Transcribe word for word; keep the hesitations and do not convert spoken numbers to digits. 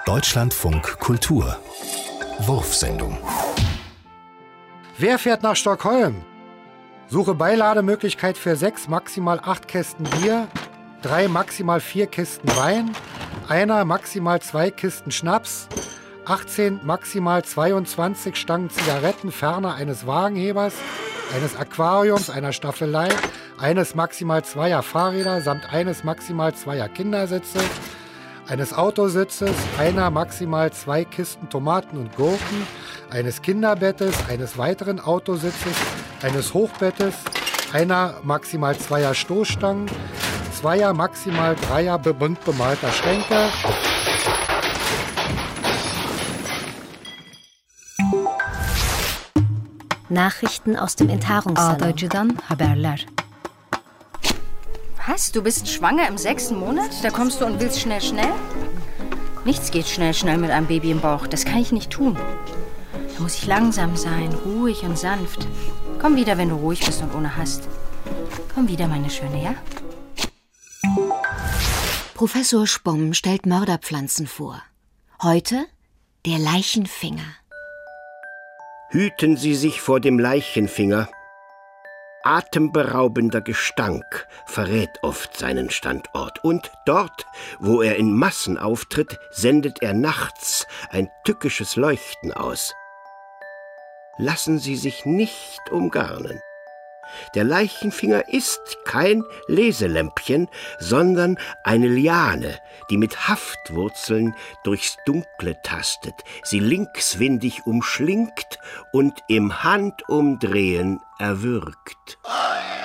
Deutschlandfunk Kultur Wurfsendung. Wer fährt nach Stockholm? Suche Beilademöglichkeit für sechs, maximal acht Kästen Bier, drei, maximal vier Kisten Wein, einer, maximal zwei Kisten Schnaps, achtzehn, maximal zweiundzwanzig Stangen Zigaretten, ferner eines Wagenhebers, eines Aquariums, einer Staffelei, eines maximal zweier Fahrräder samt eines maximal zweier Kindersitze, eines Autositzes, einer maximal zwei Kisten Tomaten und Gurken, eines Kinderbettes, eines weiteren Autositzes, eines Hochbettes, einer maximal zweier Stoßstangen, zweier maximal dreier bunt bemalter Schränke, Nachrichten aus dem Enthaarungssalon. Haberler. Was? Du bist schwanger im sechsten Monat? Da kommst du und willst schnell, schnell? Nichts geht schnell, schnell mit einem Baby im Bauch. Das kann ich nicht tun. Da muss ich langsam sein, ruhig und sanft. Komm wieder, wenn du ruhig bist und ohne Hast. Komm wieder, meine Schöne, ja? Professor Spomm stellt Mörderpflanzen vor. Heute der Leichenfinger. Hüten Sie sich vor dem Leichenfinger. Atemberaubender Gestank verrät oft seinen Standort. Und dort, wo er in Massen auftritt, sendet er nachts ein tückisches Leuchten aus. Lassen Sie sich nicht umgarnen. Der Leichenfinger ist kein Leselämpchen, sondern eine Liane, die mit Haftwurzeln durchs Dunkle tastet, sie linkswindig umschlingt und im Handumdrehen erwürgt.